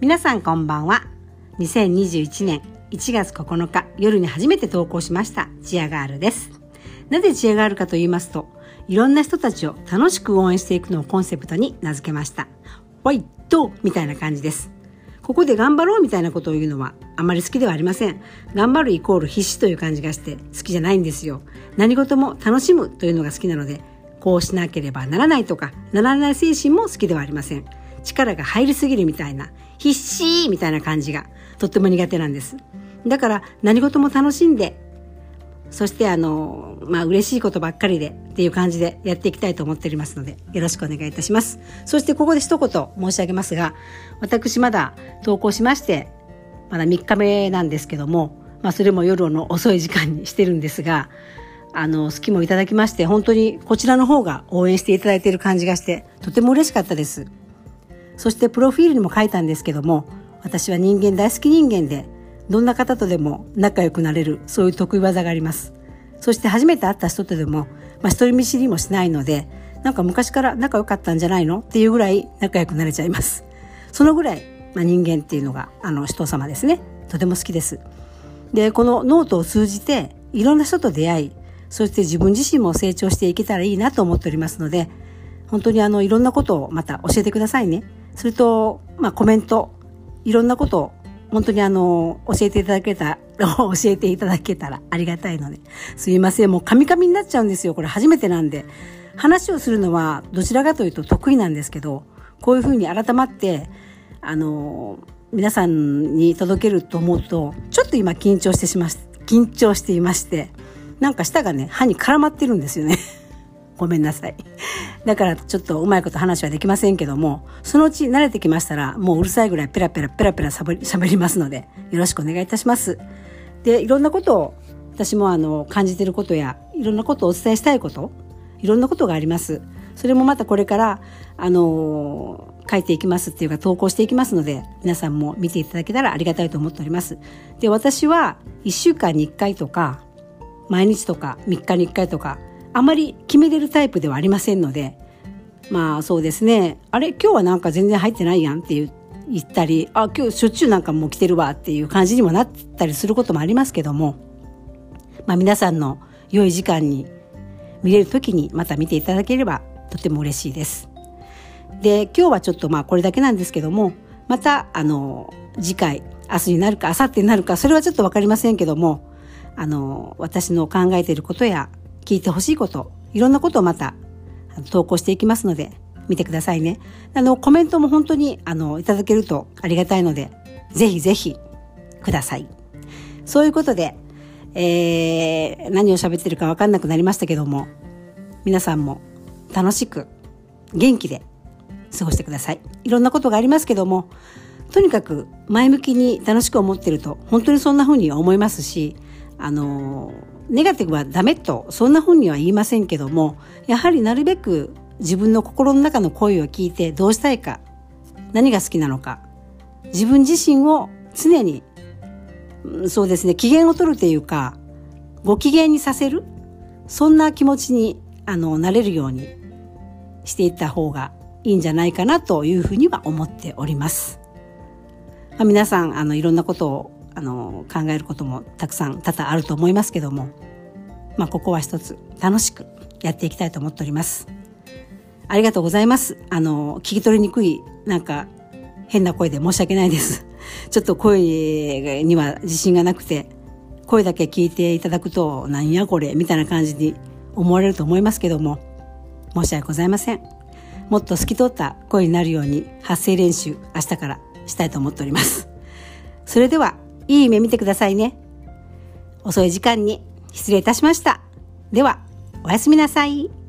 皆さんこんばんは。2021年1月9日夜に初めて投稿しましたチアガールです。なぜチアガールかと言いますと、いろんな人たちを楽しく応援していくのをコンセプトに名付けました。ファイトみたいな感じです。ここで頑張ろうみたいなことを言うのはあまり好きではありません。頑張るイコール必死という感じがして好きじゃないんですよ。何事も楽しむというのが好きなので、こうしなければならないとかならない精神も好きではありません。力が入りすぎるみたいな必死みたいな感じがとっても苦手なんです。だから何事も楽しんで、そして嬉しいことばっかりでっていう感じでやっていきたいと思っておりますので、よろしくお願いいたします。そしてここで一言申し上げますが、私まだ投稿しましてまだ3日目なんですけども、それも夜の遅い時間にしてるんですが、好きもいただきまして、本当にこちらの方が応援していただいている感じがしてとても嬉しかったです。そしてプロフィールにも書いたんですけども、私は人間大好き人間で、どんな方とでも仲良くなれる、そういう得意技があります。そして初めて会った人とでも、一人見知りもしないので、なんか昔から仲良かったんじゃないのっていうぐらい仲良くなれちゃいます。そのぐらい、人間っていうのが人様ですね。とても好きです。で、このノートを通じていろんな人と出会い、そして自分自身も成長していけたらいいなと思っておりますので、本当にいろんなことをまた教えてくださいね。それと、コメント、いろんなことを本当に教えていただけたらありがたいので、すいません、もうカミカミになっちゃうんですよ。これ初めてなんで。話をするのはどちらかというと得意なんですけど、こういうふうに改まって、皆さんに届けると思うと、ちょっと今緊張していまして、なんか舌がね、歯に絡まってるんですよね。ごめんなさい。だからちょっとうまいこと話はできませんけども、そのうち慣れてきましたら、もううるさいぐらいペラペラ喋りますので、よろしくお願いいたします。で、いろんなことを私も感じていることや、いろんなことをお伝えしたいこと、いろんなことがあります。それもまたこれから書いていきますっていうか、投稿していきますので、皆さんも見ていただけたらありがたいと思っております。で、私は1週間に1回とか毎日とか3日に1回とか、あまり決めれるタイプではありませんので、そうですね、今日はなんか全然入ってないやんって言ったり、今日しょっちゅうなんかもう来てるわっていう感じにもなったりすることもありますけども、皆さんの良い時間に見れる時にまた見ていただければとても嬉しいです。で、今日はちょっとこれだけなんですけども、また次回、明日になるか明後日になるか、それはちょっとわかりませんけども、私の考えていることや聞いてほしいこと、いろんなことをまた投稿していきますので、見てくださいね。コメントも本当にいただけるとありがたいので、ぜひぜひください。そういうことで、何を喋ってるか分かんなくなりましたけども、皆さんも楽しく元気で過ごしてください。いろんなことがありますけども、とにかく前向きに楽しく思ってると本当にそんな風に思いますし、ネガティブはダメとそんな風には言いませんけども、やはりなるべく自分の心の中の声を聞いて、どうしたいか、何が好きなのか、自分自身を常にそうですね、機嫌を取るというか、ご機嫌にさせる、そんな気持ちになれるようにしていった方がいいんじゃないかなというふうには思っております。皆さんいろんなことを考えることもたくさん多々あると思いますけども、ここは一つ楽しくやっていきたいと思っております。ありがとうございます。聞き取りにくいなんか変な声で申し訳ないです。ちょっと声には自信がなくて、声だけ聞いていただくとなんやこれみたいな感じに思われると思いますけども、申し訳ございません。もっと透き通った声になるように発声練習明日からしたいと思っております。それではいい夢見てくださいね。遅い時間に失礼いたしました。ではおやすみなさい。